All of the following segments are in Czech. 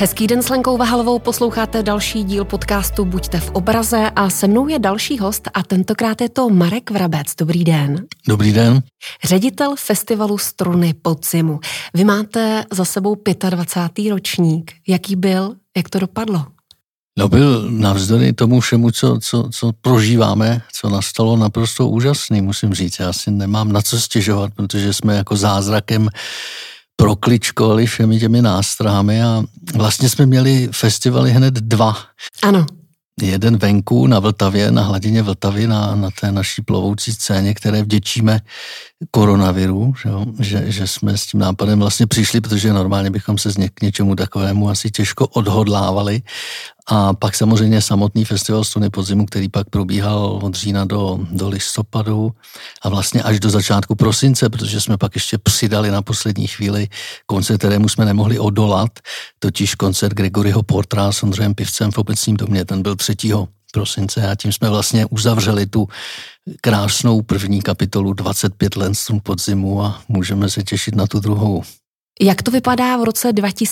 Hezký den s Lenkou Vahalovou, posloucháte další díl podcastu Buďte v obraze a se mnou je další host a tentokrát je to Marek Vrabec. Dobrý den. Dobrý den. Ředitel festivalu Struny podzimu. Vy máte za sebou 25. ročník. Jaký byl? Jak to dopadlo? No byl navzdory tomu všemu, co prožíváme, co nastalo, naprosto úžasný, musím říct. Já si nemám na co stěžovat, protože jsme jako zázrakem prokličkovali všemi těmi nástrahami a vlastně jsme měli festivaly hned dva. Ano. Jeden venku na Vltavě, na hladině Vltavy, na té naší plovoucí scéně, které vděčíme koronaviru, že jsme s tím nápadem vlastně přišli, protože normálně bychom se k něčemu takovému asi těžko odhodlávali. A pak samozřejmě samotný festival Struny podzimu, který pak probíhal od října do listopadu a vlastně až do začátku prosince, protože jsme pak ještě přidali na poslední chvíli koncert, kterému jsme nemohli odolat, totiž koncert Gregoryho Portera s Ondřejem Pivcem v Obecním domě, ten byl 3. prosince a tím jsme vlastně uzavřeli tu krásnou první kapitolu 25 let Strun podzimu a můžeme se těšit na tu druhou. Jak to vypadá v roce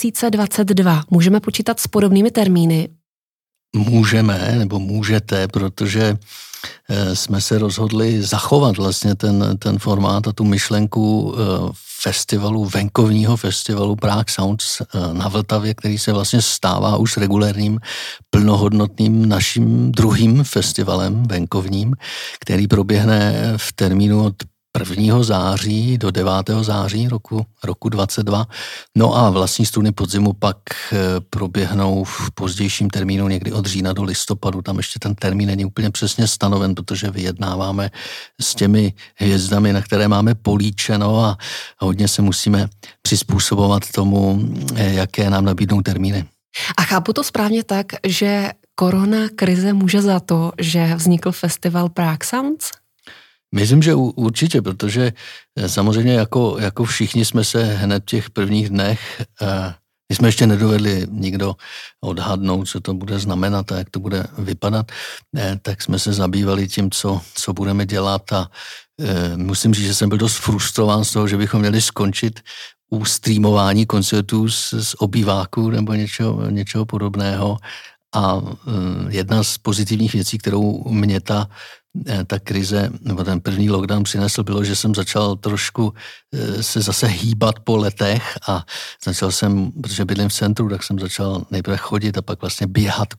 2022? Můžeme počítat s podobnými termíny? Můžeme, nebo můžete, protože jsme se rozhodli zachovat vlastně ten formát a tu myšlenku festivalu, venkovního festivalu Prague Sounds na Vltavě, který se vlastně stává už regulérním, plnohodnotným naším druhým festivalem venkovním, který proběhne v termínu od 1. září do 9. září roku 22. No a vlastní Struny podzimu pak proběhnou v pozdějším termínu někdy od října do listopadu. Tam ještě ten termín není úplně přesně stanoven, protože vyjednáváme s těmi hvězdami, na které máme políčeno a hodně se musíme přizpůsobovat tomu, jaké nám nabídnou termíny. A chápu to správně tak, že korona krize může za to, že vznikl festival Prague Sounds? Myslím, že určitě, protože samozřejmě jako všichni jsme se hned v těch prvních dnech, my jsme ještě nedovedli nikdo odhadnout, co to bude znamenat a jak to bude vypadat, tak jsme se zabývali tím, co budeme dělat a musím říct, že jsem byl dost frustrován z toho, že bychom měli skončit u streamování koncertů z obýváku nebo něčeho podobného. A jedna z pozitivních věcí, kterou mě ta krize, nebo ten první lockdown přinesl, bylo, že jsem začal trošku se zase hýbat po letech a začal jsem, protože bydlím v centru, tak jsem začal nejprve chodit a pak vlastně běhat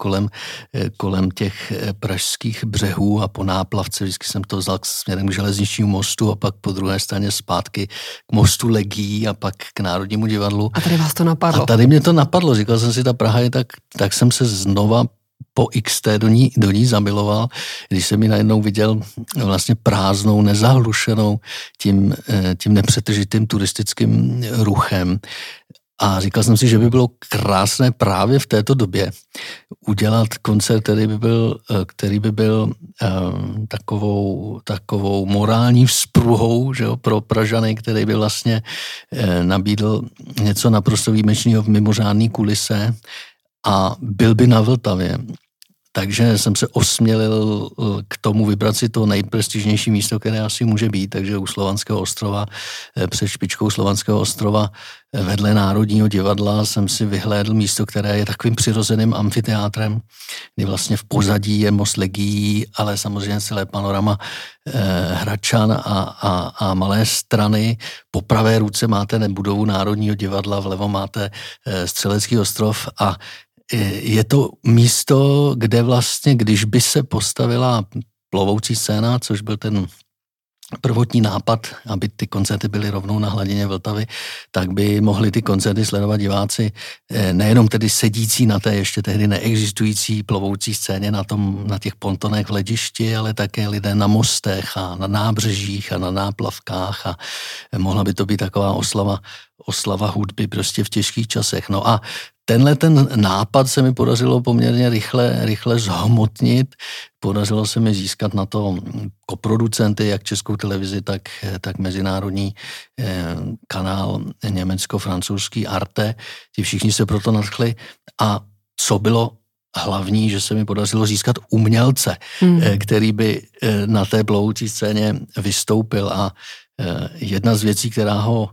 kolem těch pražských břehů a po náplavce. Vždycky jsem to vzal směrem k železničnímu mostu a pak po druhé straně zpátky k mostu Legií a pak k Národnímu divadlu. A tady vás to napadlo? A tady mě to napadlo. Říkal jsem si, ta Praha je tak jsem se znova po XT do ní zamiloval, když jsem ji najednou viděl vlastně prázdnou, nezahlušenou tím nepřetržitým turistickým ruchem. A říkal jsem si, že by bylo krásné právě v této době udělat koncert, který by byl takovou morální vzpruhou, že jo, pro Pražany, který by vlastně nabídl něco naprosto výjimečného v mimořádné kulise a byl by na Vltavě. Takže jsem se osmělil k tomu vybrat si to nejprestižnější místo, které asi může být, takže u Slovanského ostrova, před špičkou Slovanského ostrova, vedle Národního divadla jsem si vyhlédl místo, které je takovým přirozeným amfiteátrem, kdy vlastně v pozadí je most Legií, ale samozřejmě celé panorama Hradčan a Malé Strany. Po pravé ruce máte budovu Národního divadla, vlevo máte Střelecký ostrov a je to místo, kde vlastně, když by se postavila plovoucí scéna, což byl ten prvotní nápad, aby ty koncerty byly rovnou na hladině Vltavy, tak by mohli ty koncerty sledovat diváci nejenom tedy sedící na té ještě tehdy neexistující plovoucí scéně na těch pontonech v hledišti, ale také lidé na mostech a na nábřežích a na náplavkách a mohla by to být taková oslava hudby prostě v těžkých časech. No a ten nápad se mi podařilo poměrně rychle zhmotnit. Podařilo se mi získat na to koproducenty, jak Českou televizi, tak mezinárodní kanál německo-francouzský Arte. Ti všichni se proto nadchli. A co bylo hlavní, že se mi podařilo získat umělce, který by na té plovoucí scéně vystoupil. A jedna z věcí, která ho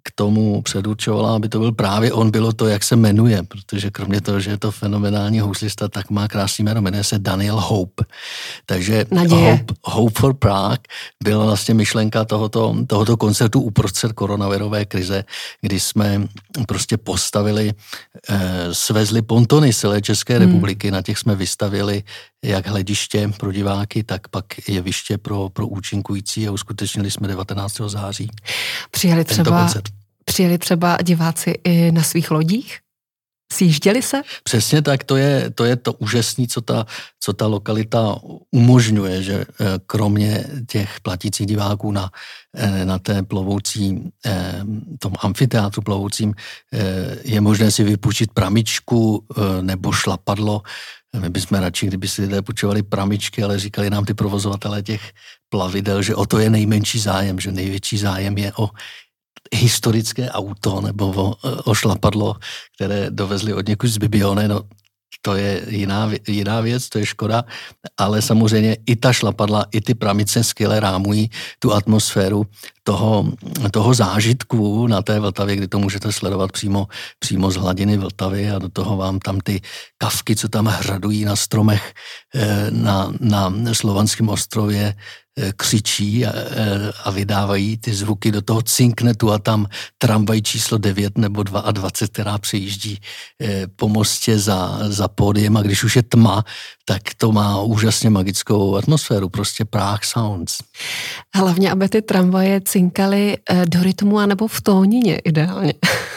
k tomu předurčovala, aby to byl právě on, bylo to, jak se jmenuje, protože kromě toho, že je to fenomenální houslista, tak má krásný jméno, jmenuje se Daniel Hope. Takže Hope for Prague byla vlastně myšlenka tohoto koncertu uprostřed koronavirové krize, kdy jsme prostě postavili, svezli pontony z celé České republiky, na těch jsme vystavili jak hlediště pro diváky, tak pak jeviště pro účinkující a uskutečnili jsme 19. září. Přijeli třeba diváci i na svých lodích? Sjížděli se? Přesně tak, to je to úžasné, co ta lokalita umožňuje, že kromě těch platících diváků na té plovoucí, tom amfiteátru plovoucím, je možné si vypůjčit pramičku nebo šlapadlo. My bychom radši, kdyby si lidé půjčovali pramičky, ale říkali nám ty provozovatelé těch plavidel, že o to je nejmenší zájem, že největší zájem je o historické auto nebo o šlapadlo, které dovezli od někud z Bibione, no to je jiná věc, to je škoda, ale samozřejmě i ta šlapadla, i ty pramice skvěle rámují tu atmosféru toho zážitku na té Vltavě, kdy to můžete sledovat přímo z hladiny Vltavy a do toho vám tam ty kavky, co tam hradují na stromech na Slovanském ostrově, křičí a vydávají ty zvuky, do toho cinkne tu a tam tramvaj číslo 9 nebo 22, která přejíždí po mostě za pódiem a když už je tma, tak to má úžasně magickou atmosféru, prostě Prague Sounds. Hlavně, aby ty tramvaje cinkaly do rytmu anebo v tónině ideálně.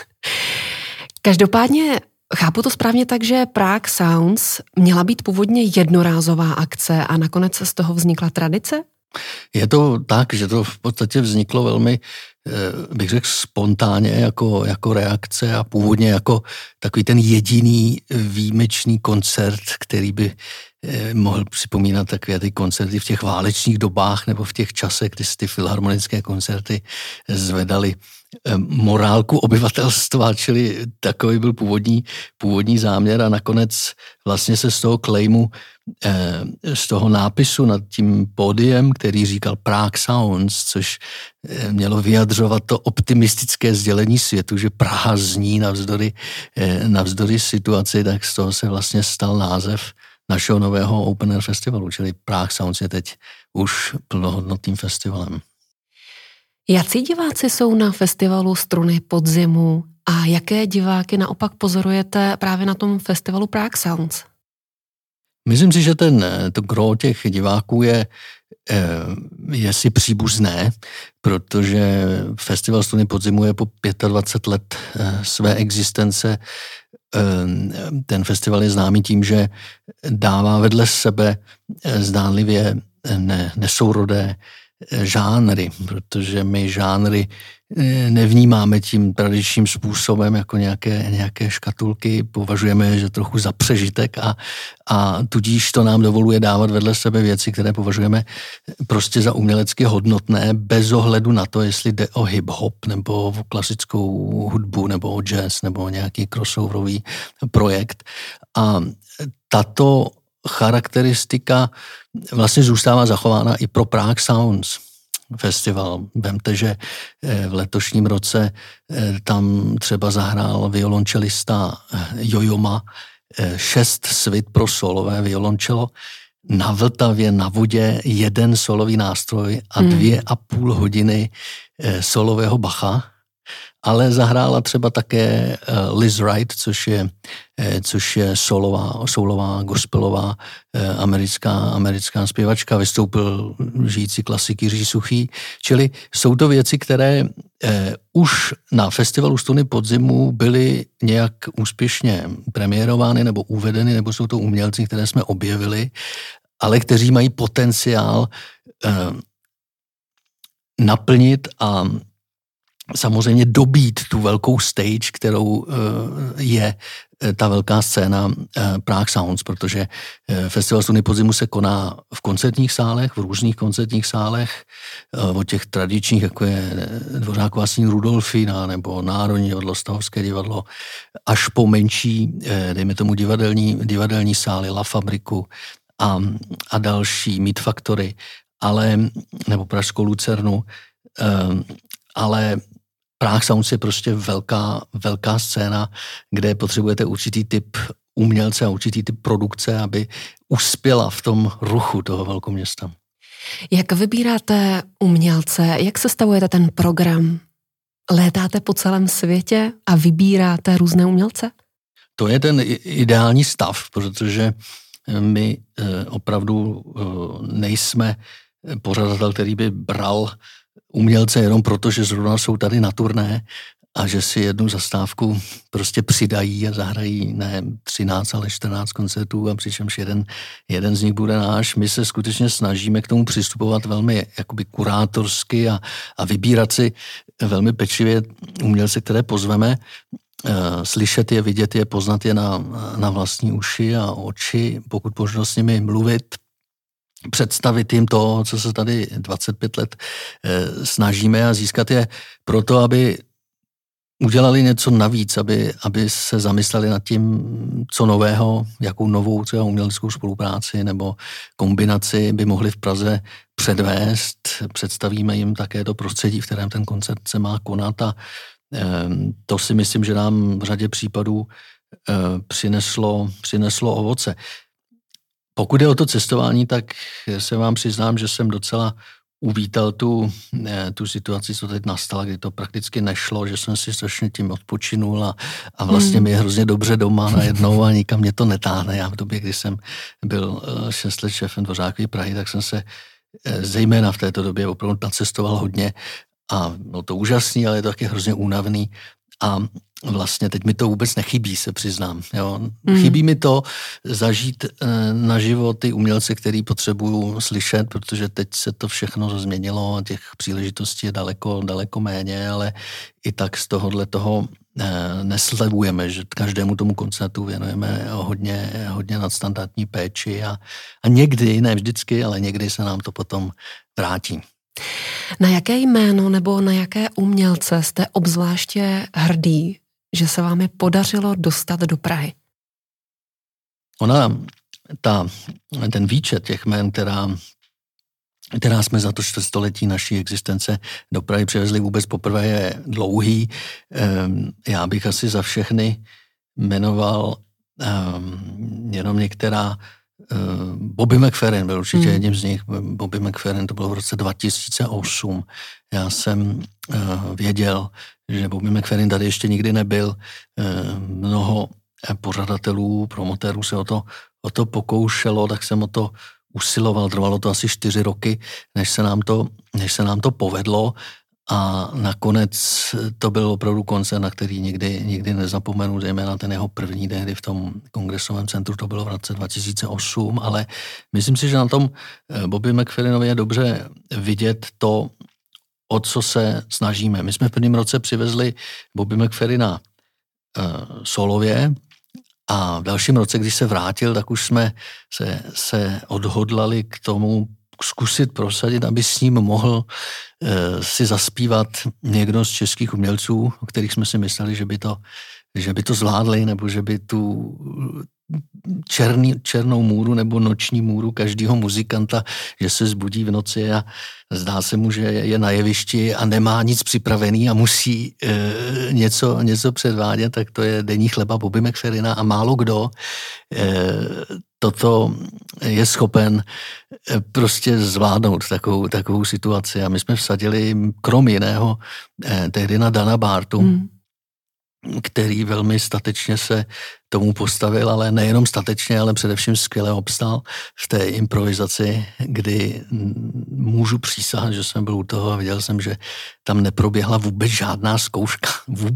Každopádně chápu to správně tak, že Prague Sounds měla být původně jednorázová akce a nakonec z toho vznikla tradice? Je to tak, že to v podstatě vzniklo velmi, bych řekl, spontánně jako reakce a původně jako takový ten jediný výjimečný koncert, který by mohl připomínat takové ty koncerty v těch válečných dobách nebo v těch časech, kdy ty filharmonické koncerty zvedaly morálku obyvatelstva, čili takový byl původní záměr a nakonec vlastně se z toho claimu, z toho nápisu nad tím pódiem, který říkal Prague Sounds, což mělo vyjadřovat to optimistické sdělení světu, že Praha zní navzdory situaci, tak z toho se vlastně stal název našeho nového Open Air festivalu, čili Prague Sounds je teď už plnohodnotným festivalem. Jací diváci jsou na festivalu Struny podzimu a jaké diváky naopak pozorujete právě na tom festivalu Prague Sounds? Myslím si, že to gro těch diváků je si příbuzné, protože festival Struny podzimu je po 25 let své existence. Ten festival je známý tím, že dává vedle sebe zdánlivě nesourodé žánry, protože my žánry nevnímáme tím tradičním způsobem jako nějaké škatulky, považujeme je trochu za přežitek a tudíž to nám dovoluje dávat vedle sebe věci, které považujeme prostě za umělecky hodnotné, bez ohledu na to, jestli jde o hip-hop nebo o klasickou hudbu nebo o jazz nebo o nějaký crossoverový projekt. A tato charakteristika vlastně zůstává zachována i pro Prague Sounds festival. Vemte, že v letošním roce tam třeba zahrál violončelista Jojoma 6 svit pro solové violončelo, na Vltavě, na vodě, 1 solový nástroj a 2,5 hodiny solového Bacha. Ale zahrála třeba také Liz Wright, což je soulová gospelová americká zpěvačka, vystoupil žijící klasik Jiří Suchý, čili jsou to věci, které už na festivalu Struny podzimu byly nějak úspěšně premiérovány nebo uvedeny, nebo jsou to umělci, které jsme objevili, ale kteří mají potenciál naplnit a samozřejmě dobít tu velkou stage, kterou je ta velká scéna Prague Sounds, protože festival Struny podzimu se koná v koncertních sálech, v různých koncertních sálech, od těch tradičních, jako je Dvořákova síň Rudolfína nebo Národní divadlo, Stahovské divadlo, až po menší, dejme tomu divadelní sály, La Fabriku a další, Meat Factory, nebo Pražskou Lucernu, ale Prague Sounds je prostě velká scéna, kde potřebujete určitý typ umělce a určitý typ produkce, aby uspěla v tom ruchu toho velkoměsta. Jak vybíráte umělce? Jak sestavujete ten program? Létáte po celém světě a vybíráte různé umělce? To je ten ideální stav, protože my opravdu nejsme pořadatel, který by bral umělce jenom proto, že zrovna jsou tady na turné a že si jednu zastávku prostě přidají a zahrají ne 13, ale 14 koncertů a přičemž jeden z nich bude náš. My se skutečně snažíme k tomu přistupovat velmi jakoby kurátorsky a vybírat si velmi pečlivě umělce, které pozveme, slyšet je, vidět je, poznat je na vlastní uši a oči, pokud možno s nimi mluvit, představit jim to, co se tady 25 let snažíme a získat je proto, aby udělali něco navíc, aby se zamysleli nad tím, co nového, jakou novou třeba uměleckou spolupráci nebo kombinaci by mohli v Praze předvést. Představíme jim také to prostředí, v kterém ten koncert se má konat a to si myslím, že nám v řadě případů přineslo ovoce. Pokud je o to cestování, tak se vám přiznám, že jsem docela uvítal tu situaci, co teď nastala, kdy to prakticky nešlo, že jsem si strašně tím odpočinul a vlastně mi je hrozně dobře doma najednou a nikam mě to netáhne. Já v době, kdy jsem byl 6 let šéfem Dvořákovy Prahy, tak jsem se zejména v této době opravdu nacestoval hodně a bylo to úžasný, ale je to taky hrozně únavný a vlastně teď mi to vůbec nechybí, se přiznám. Jo. Chybí mi to zažít naživo ty umělce, který potřebuju slyšet, protože teď se to všechno změnilo a těch příležitostí je daleko méně, ale i tak z toho neslevujeme, že každému tomu koncertu věnujeme hodně nadstandardní péči a někdy, ne vždycky, ale někdy se nám to potom vrátí. Na jaké jméno nebo na jaké umělce jste obzvláště hrdý, že se vám je podařilo dostat do Prahy? Ten výčet těch jmén, která jsme za to čtvrtstoletí naší existence do Prahy přivezli vůbec poprvé, je dlouhý. Já bych asi za všechny jmenoval jenom některá. Bobby McFerrin byl určitě jedním z nich. Bobby McFerrin, to bylo v roce 2008. Já jsem věděl, že Bobby McFerrin tady ještě nikdy nebyl. Mnoho pořadatelů, promotérů se o to pokoušelo, tak jsem o to usiloval. Trvalo to asi 4 roky, než se nám to povedlo. A nakonec to byl opravdu koncert, na který nikdy nezapomenu, zejména ten jeho první tehdy v tom kongresovém centru, to bylo v roce 2008, ale myslím si, že na tom Bobby McFerrinovi je dobře vidět to, o co se snažíme. My jsme v prvním roce přivezli Bobby McFerrina solově a v dalším roce, když se vrátil, tak už jsme se odhodlali k tomu zkusit prosadit, aby s ním mohl si zaspívat někdo z českých umělců, o kterých jsme si mysleli, že by to zvládli, nebo že by tu černou můru nebo noční můru každého muzikanta, že se zbudí v noci a zdá se mu, že je na jevišti a nemá nic připravený a musí něco předvádět, tak to je denní chleba Bobby McFerrina a málo kdo toto je schopen prostě zvládnout takovou situaci. A my jsme vsadili krom jiného tehdy na Dana Bartu, který velmi statečně se tomu postavil, ale nejenom statečně, ale především skvěle obstál v té improvizaci, kdy můžu přísahat, že jsem byl u toho a viděl jsem, že tam neproběhla vůbec žádná zkouška.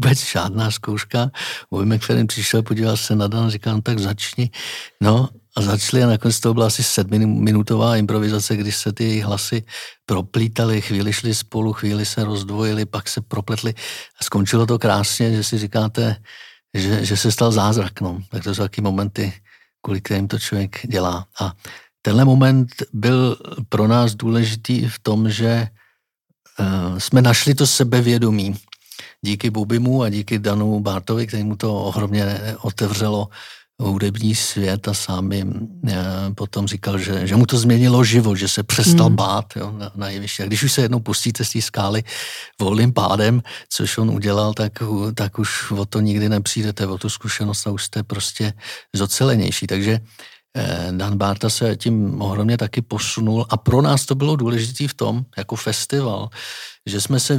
Bobby McFerrin přišel, podíval se na Dan, říkal, no tak začni. No a začali a nakonec to byla asi 7minutová improvizace, když se ty hlasy proplítaly, chvíli šli spolu, chvíli se rozdvojili, pak se propletli a skončilo to krásně, že si říkáte, že se stal zázrak. No. Tak to jsou taky momenty, kvůli kterým to člověk dělá. A tenhle moment byl pro nás důležitý v tom, že jsme našli to sebevědomí. Díky Bobbymu a díky Danu Bartovi, který mu to ohromně otevřelo hudební svět a sám mi potom říkal, že mu to změnilo život, že se přestal bát, jo, na jevišti. A když už se jednou pustíte z té skály volným pádem, což on udělal, tak už o to nikdy nepřijdete, o tu zkušenost a už jste prostě zocelenější. Takže Dan Bárta se tím ohromně taky posunul a pro nás to bylo důležité v tom, jako festival, že jsme se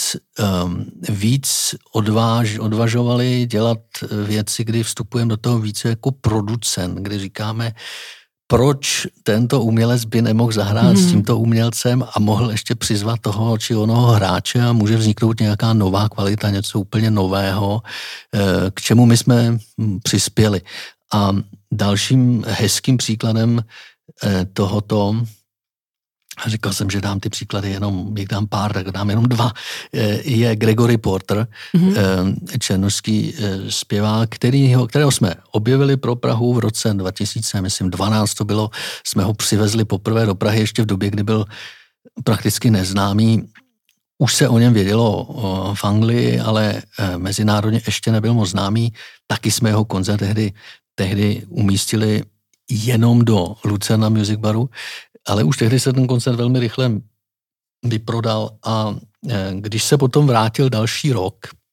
víc odvažovali dělat věci, kdy vstupujeme do toho více jako producent, kdy říkáme, proč tento umělec by nemohl zahrát s tímto umělcem a mohl ještě přizvat toho či onoho hráče a může vzniknout nějaká nová kvalita, něco úplně nového, k čemu my jsme přispěli. A dalším hezkým příkladem tohoto, a říkal jsem, že dám ty příklady jenom, jak dám pár, tak dám jenom 2, je Gregory Porter, černošský zpěvák, kterého jsme objevili pro Prahu v roce 2012 to bylo, jsme ho přivezli poprvé do Prahy ještě v době, kdy byl prakticky neznámý. Už se o něm vědělo v Anglii, ale mezinárodně ještě nebyl moc známý. Taky jsme jeho koncert tehdy umístili jenom do Lucerna Music Baru, ale už tehdy se ten koncert velmi rychle vyprodal a když se potom vrátil další rok,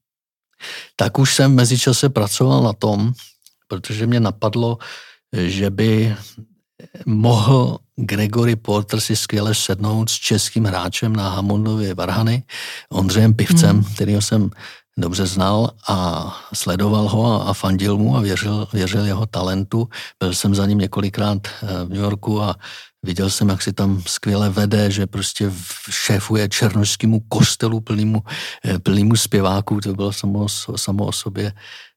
tak už jsem v mezičase pracoval na tom, protože mě napadlo, že by mohl Gregory Porter si skvěle sednout s českým hráčem na Hammondově varhany, Ondřejem Pivcem, kterýho jsem dobře znal a sledoval ho a fandil mu a věřil jeho talentu. Byl jsem za ním několikrát v New Yorku a viděl jsem, jak si tam skvěle vede, že prostě šéfuje černošskému kostelu plnému zpěváků. To bylo samo o sobě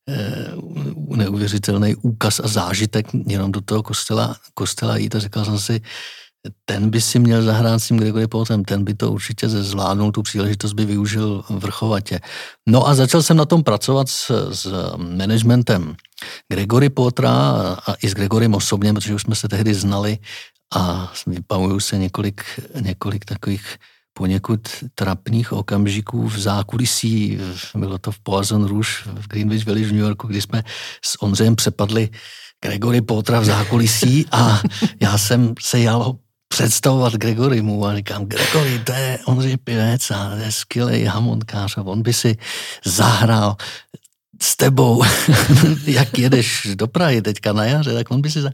neuvěřitelný úkaz a zážitek jenom do toho kostela jít a říkal jsem si, ten by si měl zahrát s tím Gregory Porterem, ten by to určitě zvládnul, tu příležitost by využil vrchovatě. No a začal jsem na tom pracovat s managementem Gregory Portera a i s Gregorym osobně, protože už jsme se tehdy znali a vybavuju se několik takových poněkud trapných okamžiků v zákulisí. Bylo to v Poison Rouge v Greenwich Village v New Yorku, kdy jsme s Ondřejem přepadli Gregory Portera v zákulisí a já jsem se jal představovat Gregorymu a říkám, Gregory, to je Ondřej Pivec a je skvělej hammondkář a on by si zahrál s tebou, jak jedeš do Prahy teďka na jaře, tak on by si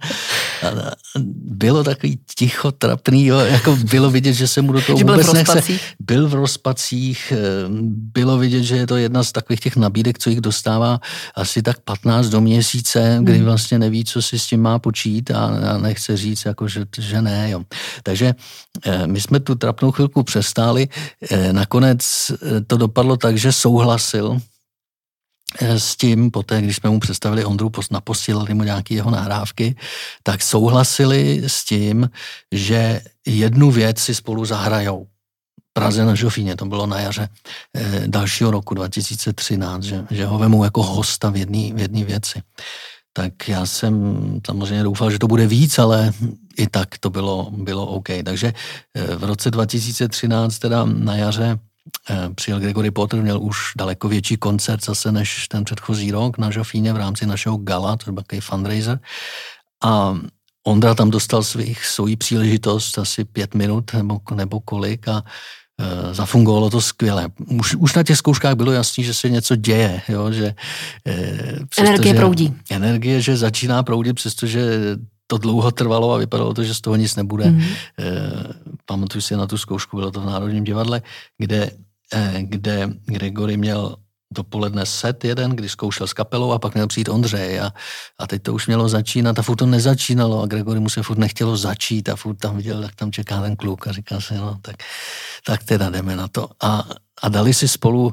bylo takový ticho, trapný, jo, jako bylo vidět, že se mu do toho vůbec nechce. Byl v rozpacích, bylo vidět, že je to jedna z takových těch nabídek, co jich dostává asi tak 15 do měsíce, kdy vlastně neví, co si s tím má počít a nechce říct, jako, že ne. Jo. Takže my jsme tu trapnou chvilku přestáli, nakonec to dopadlo tak, že souhlasil s tím, poté, když jsme mu představili Ondru, naposílali mu nějaké jeho nahrávky, tak souhlasili s tím, že jednu věc si spolu zahrajou. Praze na Žofíně, to bylo na jaře dalšího roku 2013, že ho vemu jako hosta v jedné věci. Tak já jsem samozřejmě doufal, že to bude víc, ale i tak to bylo OK. Takže v roce 2013 teda na jaře přijel Gregory Porter, měl už daleko větší koncert zase než ten předchozí rok na Žofíně v rámci našeho gala, to byl takový fundraiser. A Ondra tam dostal svoji příležitost asi 5 minut nebo kolik a zafungovalo to skvěle. Už na těch zkouškách bylo jasný, že se něco děje, jo, že energie proudí. Energie, že začíná proudit, přestože to dlouho trvalo a vypadalo to, že z toho nic nebude. Pamatuju si na tu zkoušku, bylo to v Národním divadle, kde Gregory měl dopoledne set jeden, kdy zkoušel s kapelou a pak měl přijít Ondřej a teď to už mělo začínat a furt to nezačínalo a Gregory mu se furt nechtělo začít a furt tam viděl, jak tam čeká ten kluk a říkal si, no tak teda jdeme na to. A dali si spolu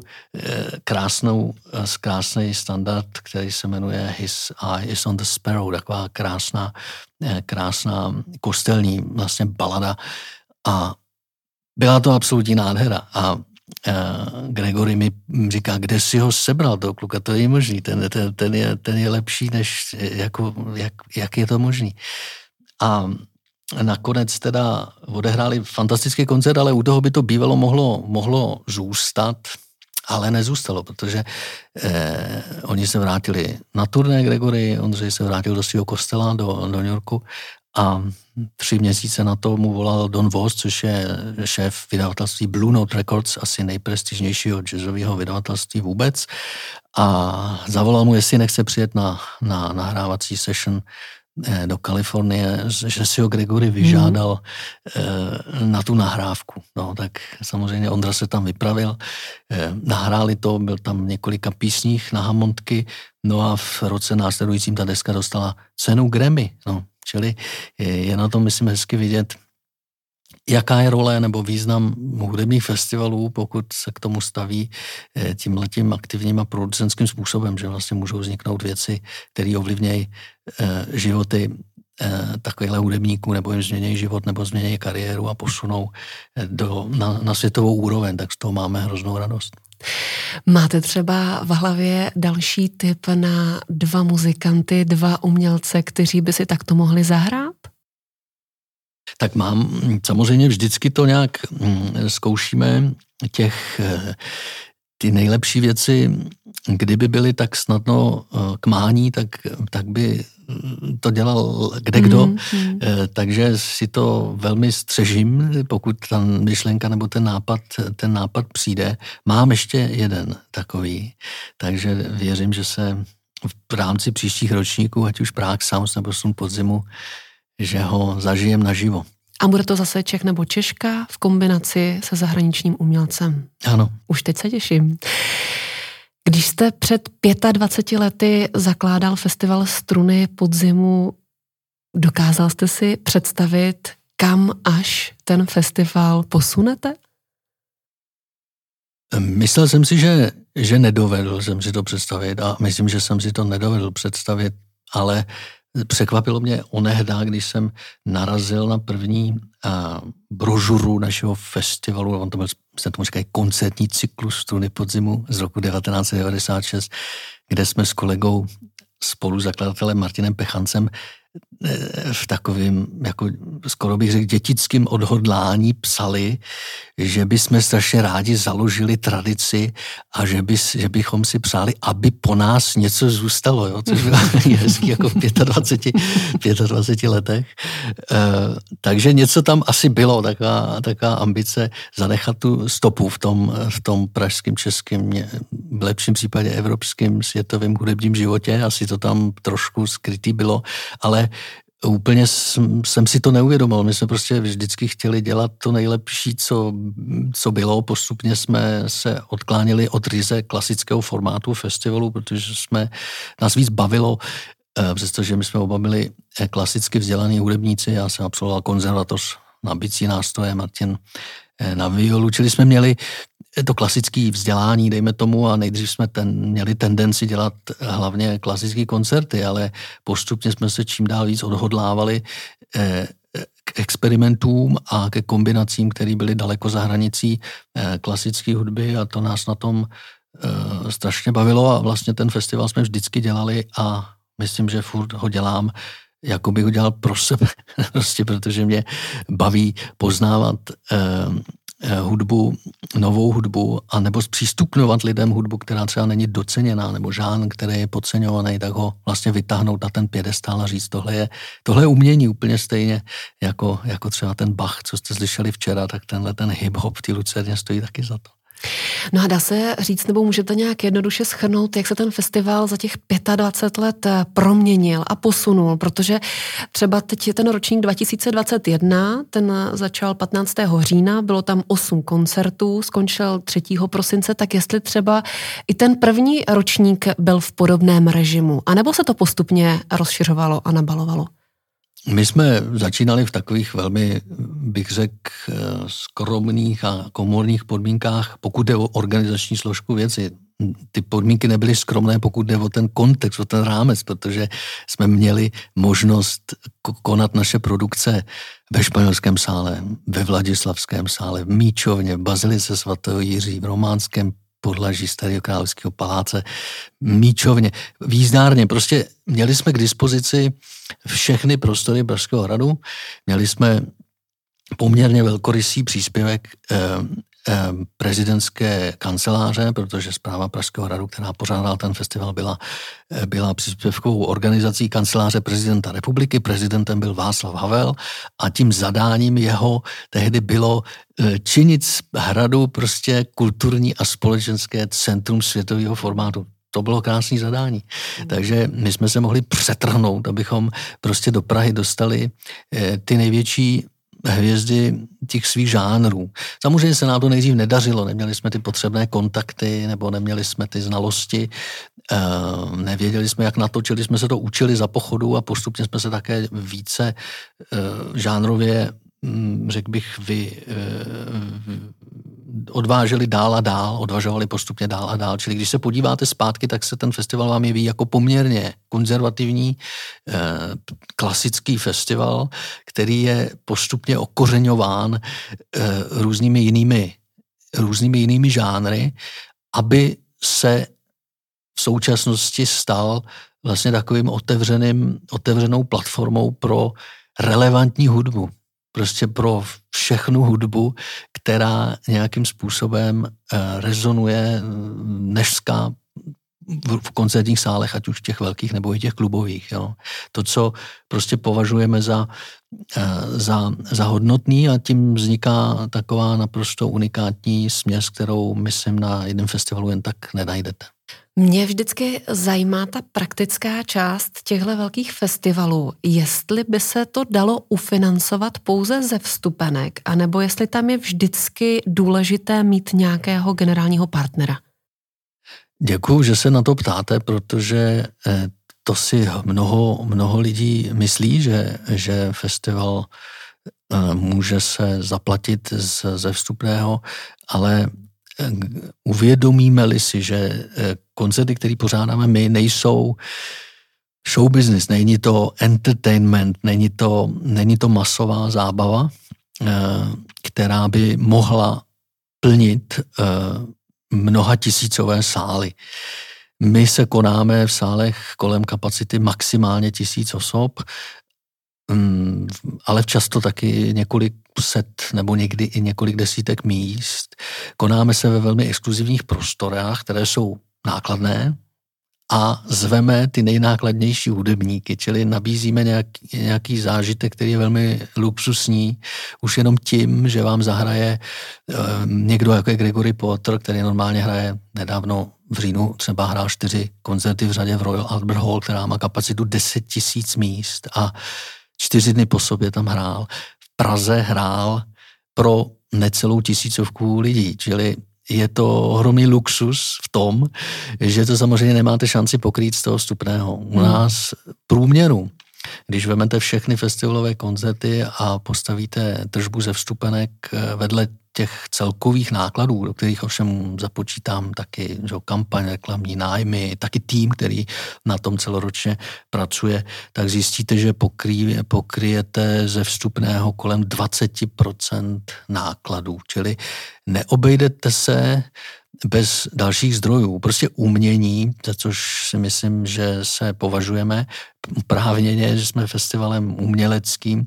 krásný standard, který se jmenuje His Eye is on the Sparrow, taková krásná kostelní vlastně balada a byla to absolutní nádhera a Gregory mi říká, kde si ho sebral toho kluka, to je možný, ten je lepší, než jak je to možný. A nakonec teda odehráli fantastický koncert, ale u toho by to bývalo mohlo zůstat, ale nezůstalo, protože oni se vrátili na turné Gregory, Ondřej se vrátil do svého kostela, do New Yorku a 3 měsíce na to mu volal Don Was, což je šéf vydavatelství Blue Note Records, asi nejprestižnějšího jazzového vydavatelství vůbec, a zavolal mu, jestli nechce přijet na nahrávací session do Kalifornie, že si ho Gregory vyžádal na tu nahrávku. No, tak samozřejmě Ondra se tam vypravil, nahráli to, byl tam několika písních na hammondky, no a v roce následujícím ta deska dostala cenu Grammy, no, čili je na tom, myslím, hezky vidět, jaká je role nebo význam hudebních festivalů, pokud se k tomu staví tímhletím aktivním a producentským způsobem, že vlastně můžou vzniknout věci, které ovlivnějí životy takovýchhle hudebníků, nebo jim změnějí život, nebo změnějí kariéru a posunou na světovou úroveň, tak z toho máme hroznou radost. Máte třeba v hlavě další tip na 2 muzikanty, 2 umělce, kteří by si takto mohli zahrát? Tak mám, samozřejmě vždycky to nějak zkoušíme ty nejlepší věci, kdyby byly tak snadno k mání, tak by to dělal kdekdo, takže si to velmi střežím, pokud ta myšlenka nebo ten nápad přijde. Mám ještě jeden takový, takže věřím, že se v rámci příštích ročníků, ať už Prague Sounds nebo Slun podzimu, že ho zažijem naživo. A bude to zase Čech nebo Češka v kombinaci se zahraničním umělcem? Ano. Už teď se těším. Když jste před 25 lety zakládal festival Struny podzimu, dokázal jste si představit, kam až ten festival posunete? Myslel jsem si, že nedovedl jsem si to představit a myslím, že jsem si to nedovedl představit, ale překvapilo mě onehda, když jsem narazil na první brožuru našeho festivalu, on to byl, se tomu říkají, koncertní cyklus Struny podzimu z roku 1996, kde jsme s kolegou spoluzakladatelem Martinem Pechancem v takovým, jako skoro bych řekl, dětickým odhodlání psali, že bychom strašně rádi založili tradici a že bychom si přáli, aby po nás něco zůstalo, jo? Což bylo hezký jako v 25 letech. Takže něco tam asi bylo, taková ambice zanechat tu stopu v tom pražském, českém, v lepším případě evropském, světovém hudebním životě. Asi to tam trošku skrytý bylo, ale úplně jsem si to neuvědomil. My jsme prostě vždycky chtěli dělat to nejlepší, co bylo. Postupně jsme se odklánili od ryze klasického formátu festivalu, protože nás víc bavilo, přestože my jsme oba byli klasicky vzdělaní hudebníci. Já jsem absolvoval konzervatoř na bicí nástroje, Martin na violu, čili jsme měli to klasické vzdělání, dejme tomu, a nejdřív jsme měli tendenci dělat hlavně klasické koncerty, ale postupně jsme se čím dál víc odhodlávali k experimentům a ke kombinacím, které byly daleko za hranicí klasické hudby, a to nás na tom strašně bavilo a vlastně ten festival jsme vždycky dělali a myslím, že furt ho dělám, jako bych ho dělal pro sebe, prostě protože mě baví poznávat hudbu, novou hudbu, a nebo zpřístupňovat lidem hudbu, která třeba není doceněná, nebo žánr, který je podceňovaný, tak ho vlastně vytáhnout na ten piedestál a říct, tohle je umění úplně stejně, jako třeba ten Bach, co jste slyšeli včera, tak ten hip-hop v té Lucerně stojí taky za to. No a dá se říct, nebo můžete nějak jednoduše shrnout, jak se ten festival za těch 25 let proměnil a posunul, protože třeba teď je ten ročník 2021, ten začal 15. října, bylo tam 8 koncertů, skončil 3. prosince, tak jestli třeba i ten první ročník byl v podobném režimu, anebo se to postupně rozšiřovalo a nabalovalo? My jsme začínali v takových velmi, bych řekl, skromných a komorních podmínkách, pokud jde o organizační složku věci. Ty podmínky nebyly skromné, pokud jde o ten kontext, o ten rámec, protože jsme měli možnost konat naše produkce ve Španělském sále, ve Vladislavském sále, v Míčovně, v Bazilice svatého Jiří, v Románském podlaží Starého královského paláce, Míčovně, v jízdárně. Prostě měli jsme k dispozici všechny prostory Pražského hradu, měli jsme poměrně velkorysý příspěvek prezidentské kanceláře, protože správa Pražského hradu, která pořádala ten festival, byla příspěvkovou organizací kanceláře prezidenta republiky. Prezidentem byl Václav Havel a tím zadáním jeho tehdy bylo činit z hradu prostě kulturní a společenské centrum světového formátu. To bylo krásné zadání. Takže my jsme se mohli přetrhnout, abychom prostě do Prahy dostali ty největší hvězdy těch svých žánrů. Samozřejmě se nám to nejdřív nedařilo, neměli jsme ty potřebné kontakty, nebo neměli jsme ty znalosti, nevěděli jsme, jak natočili, jsme se to učili za pochodu a postupně jsme se také více žánrově, řekl bych, odváželi dál a dál, odvažovali postupně dál a dál. Čili když se podíváte zpátky, tak se ten festival vám jeví jako poměrně konzervativní, klasický festival, který je postupně okořeňován různými jinými žánry, aby se v současnosti stal vlastně takovým otevřenou platformou pro relevantní hudbu. Prostě pro všechnu hudbu, která nějakým způsobem rezonuje dneska v koncertních sálech, ať už těch velkých nebo i těch klubových. Jo. To, co prostě považujeme za hodnotný, a tím vzniká taková naprosto unikátní směs, kterou, myslím, na jednom festivalu jen tak nenajdete. Mě vždycky zajímá ta praktická část těchto velkých festivalů. Jestli by se to dalo ufinancovat pouze ze vstupenek, anebo jestli tam je vždycky důležité mít nějakého generálního partnera. Děkuju, že se na to ptáte, protože to si mnoho lidí myslí, že festival může se zaplatit ze vstupného, ale uvědomíme-li si, že koncerty, které pořádáme my, nejsou show business, není to entertainment, není to masová zábava, která by mohla plnit mnoha tisícové sály. My se konáme v sálech kolem kapacity maximálně 1000 osob, ale často taky několik set nebo někdy i několik desítek míst. Konáme se ve velmi exkluzivních prostorách, které jsou nákladné, a zveme ty nejnákladnější hudebníky, čili nabízíme nějaký zážitek, který je velmi luxusní, už jenom tím, že vám zahraje někdo jako je Gregory Porter, který normálně hraje nedávno v říjnu, třeba hrál 4 koncerty v řadě v Royal Albert Hall, která má kapacitu 10 000 míst a 4 dny po sobě tam hrál. V Praze hrál pro necelou 1000 lidí, čili je to ohromný luxus v tom, že to samozřejmě nemáte šanci pokrýt z toho vstupného. U nás průměru, když vezmete všechny festivalové koncerty a postavíte tržbu ze vstupenek vedle těch celkových nákladů, do kterých ovšem započítám taky kampaň, reklamní nájmy, taky tým, který na tom celoročně pracuje, tak zjistíte, že pokryjete ze vstupného kolem 20% nákladů. Čili neobejdete se bez dalších zdrojů. Prostě umění, za což si myslím, že se považujeme právně, že jsme festivalem uměleckým.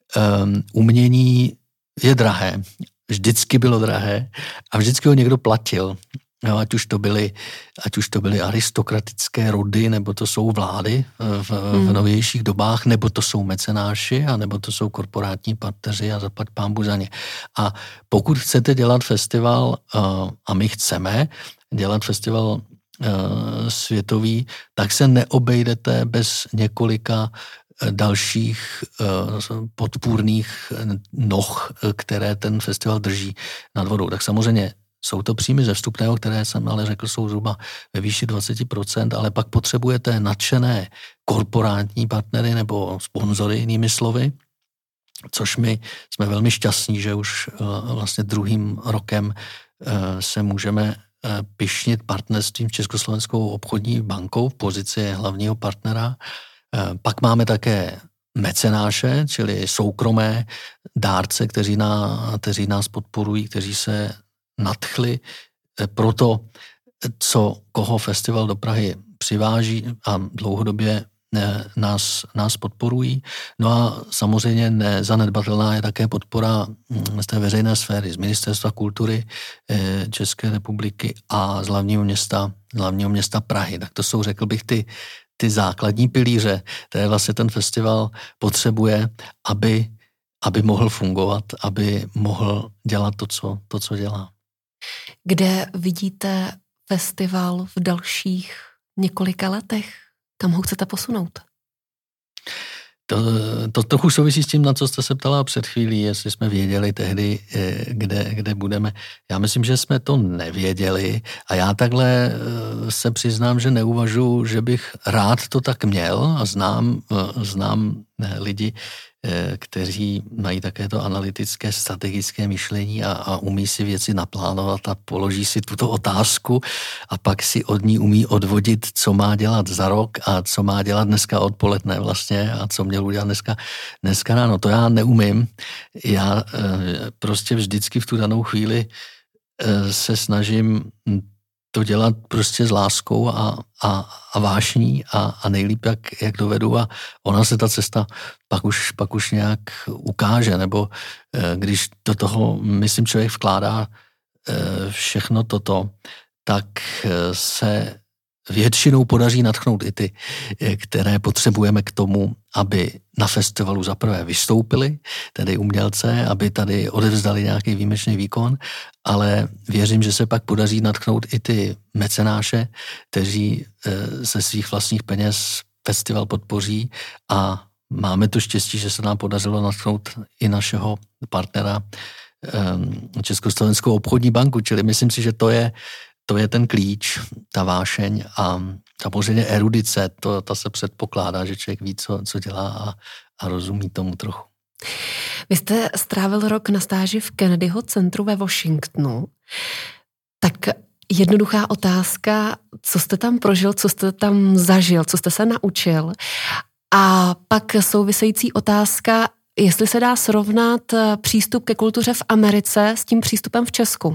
Umění je drahé. Vždycky bylo drahé a vždycky ho někdo platil. No, ať už to byly aristokratické rody, nebo to jsou vlády v novějších dobách, nebo to jsou mecenáši, a nebo to jsou korporátní partneři a zaplať pánbůh za ně. A pokud chcete dělat festival, a my chceme dělat festival světový, tak se neobejdete bez několika dalších podpůrných noh, které ten festival drží nad vodou. Tak samozřejmě jsou to příjmy ze vstupného, které jsem ale řekl, jsou zhruba ve výši 20%, ale pak potřebujete nadšené korporátní partnery nebo sponzory, jinými slovy, což my jsme velmi šťastní, že už vlastně 2. rokem se můžeme pyšnit partnerstvím s Československou obchodní bankou v pozici hlavního partnera. Pak máme také mecenáše, čili soukromé dárce, kteří nás podporují, kteří se nadchli pro to, koho festival do Prahy přiváží a dlouhodobě nás podporují. No a samozřejmě nezanedbatelná je také podpora z té veřejné sféry, z Ministerstva kultury České republiky a z hlavního města Prahy. Tak to jsou, řekl bych, ty základní pilíře, které vlastně ten festival potřebuje, aby mohl fungovat, aby mohl dělat to, co dělá. Kde vidíte festival v dalších několika letech? Kam ho chcete posunout? To trochu souvisí s tím, na co jste se ptala před chvílí, jestli jsme věděli tehdy, kde budeme. Já myslím, že jsme to nevěděli a já takhle se přiznám, že neuvažuji, že bych rád to tak měl a znám lidi, kteří mají také to analytické, strategické myšlení a umí si věci naplánovat a položí si tuto otázku a pak si od ní umí odvodit, co má dělat za rok a co má dělat dneska odpoledne vlastně a co měl udělat dneska ráno. To já neumím. Já prostě vždycky v tu danou chvíli se snažím to dělat prostě s láskou a vášní a nejlíp, jak dovedu a ona se ta cesta pak už nějak ukáže, nebo když do toho, myslím, člověk vkládá všechno toto, tak se většinou podaří nadchnout i ty, které potřebujeme k tomu, aby na festivalu zaprvé vystoupili, tedy umělce, aby tady odevzdali nějaký výjimečný výkon, ale věřím, že se pak podaří nadchnout i ty mecenáše, kteří ze svých vlastních peněz festival podpoří a máme to štěstí, že se nám podařilo nadchnout i našeho partnera Československou obchodní banku, čili myslím si, že to je ten klíč, ta vášeň a samozřejmě erudice, ta se předpokládá, že člověk ví, co dělá a rozumí tomu trochu. Vy jste strávil rok na stáži v Kennedyho centru ve Washingtonu. Tak jednoduchá otázka, co jste tam prožil, co jste tam zažil, co jste se naučil? A pak související otázka, jestli se dá srovnat přístup ke kultuře v Americe s tím přístupem v Česku?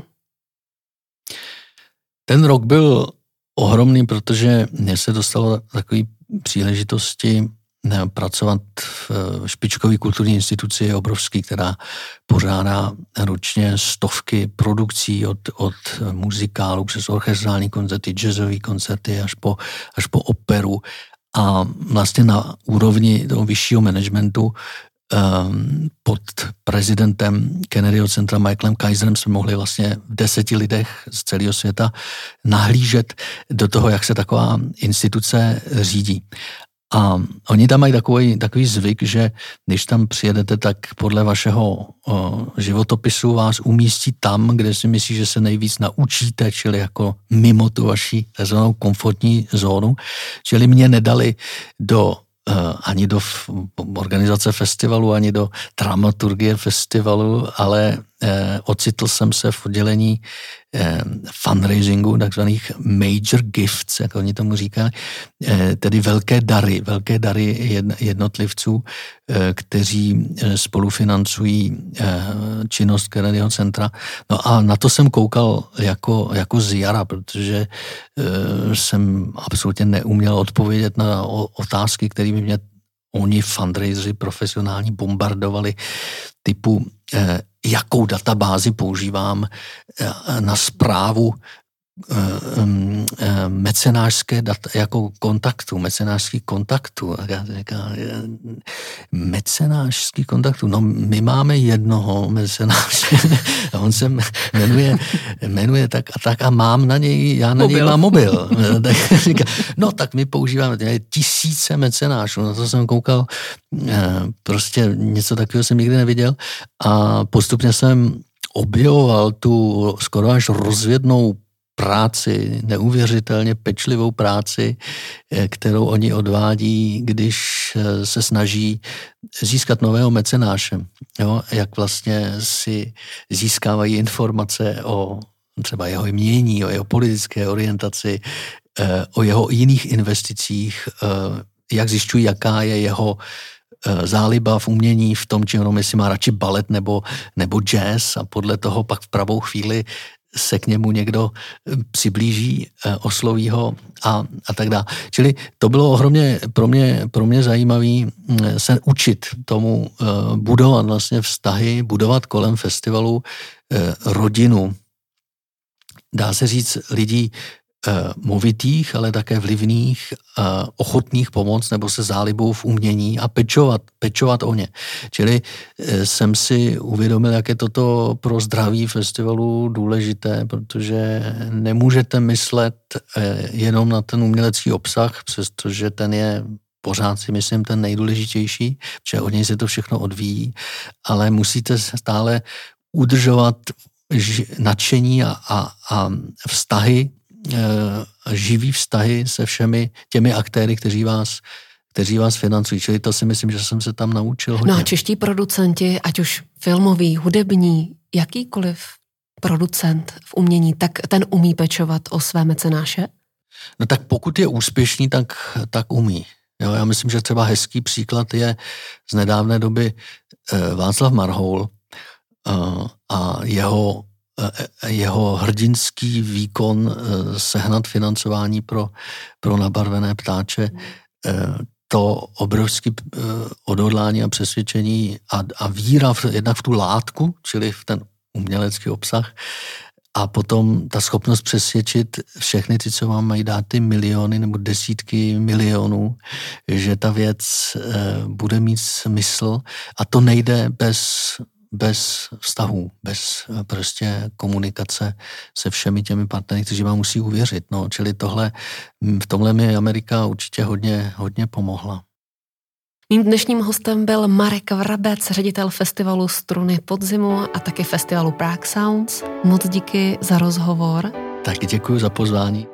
Ten rok byl ohromný, protože mně se dostalo takové příležitosti pracovat v špičkové kulturní instituci obrovský, která pořádá ročně stovky produkcí od muzikálů přes orchestrální koncerty, jazzové koncerty až po operu. A vlastně na úrovni toho vyššího managementu pod prezidentem Kennedyho centra Michaelem Kaiserem jsme mohli vlastně v 10 lidech z celého světa nahlížet do toho, jak se taková instituce řídí. A oni tam mají takový zvyk, že když tam přijedete, tak podle vašeho životopisu vás umístí tam, kde si myslí, že se nejvíc naučíte, čili jako mimo tu vaši takzvanou komfortní zónu. Čili mě nedali ani do organizace festivalu, ani do dramaturgie festivalu, ale ocitl jsem se v oddělení fundraisingu, takzvaných major gifts, jak oni tomu říkají, tedy velké dary jednotlivců, kteří spolufinancují činnost Kennedyho centra. No a na to jsem koukal jako z jara, protože jsem absolutně neuměl odpovědět na otázky, kterými mě oni fundraiseři profesionální bombardovali, typu jakou databázi používám na správu mecenářské jako mecenářských kontaktů. Mecenářský kontaktů. No, my máme jednoho mecenáře a on se jmenuje tak a tak a mám na něj, já na něj mám mobil. Tak říká, no tak my používáme tisíce mecenášů. Na to jsem koukal, prostě něco takového jsem nikdy neviděl a postupně jsem objevoval tu skoro až rozvědnou práci, neuvěřitelně pečlivou práci, kterou oni odvádí, když se snaží získat nového mecenáše. Jo? Jak vlastně si získávají informace o třeba jeho jmění, o jeho politické orientaci, o jeho jiných investicích, jak zjišťují, jaká je jeho záliba v umění, v tom, či ono, jestli má radši balet nebo jazz a podle toho pak v pravou chvíli se k němu někdo přiblíží, osloví ho a tak dále. Čili to bylo ohromně pro mě zajímavé se učit tomu budovat vlastně vztahy, budovat kolem festivalu rodinu. Dá se říct lidí movitých, ale také vlivných, ochotných pomoct nebo se zálibou v umění a pečovat o ně. Čili jsem si uvědomil, jak je toto pro zdraví festivalu důležité, protože nemůžete myslet jenom na ten umělecký obsah, přestože ten je pořád si myslím ten nejdůležitější, protože od něj se to všechno odvíjí, ale musíte stále udržovat nadšení a vztahy, živý vztahy se všemi těmi aktéry, kteří vás financují. Čili to si myslím, že jsem se tam naučil hodně. No a čeští producenti, ať už filmový, hudební, jakýkoliv producent v umění, tak ten umí pečovat o své mecenáše? No tak pokud je úspěšný, tak umí. Jo, já myslím, že třeba hezký příklad je z nedávné doby Václav Marhoul a jeho hrdinský výkon sehnat financování pro Nabarvené ptáče, to obrovské odhodlání a přesvědčení a víra jednak v tu látku, čili v ten umělecký obsah, a potom ta schopnost přesvědčit všechny ty, co vám mají dát ty miliony nebo desítky milionů, že ta věc bude mít smysl, a to nejde bez vztahů, bez prostě komunikace se všemi těmi partnery, kteří vám musí uvěřit. No, čili v tomhle mi Amerika určitě hodně pomohla. Mým dnešním hostem byl Marek Vrabec, ředitel festivalu Struny podzimu a taky festivalu Prague Sounds. Moc díky za rozhovor. Tak děkuji za pozvání.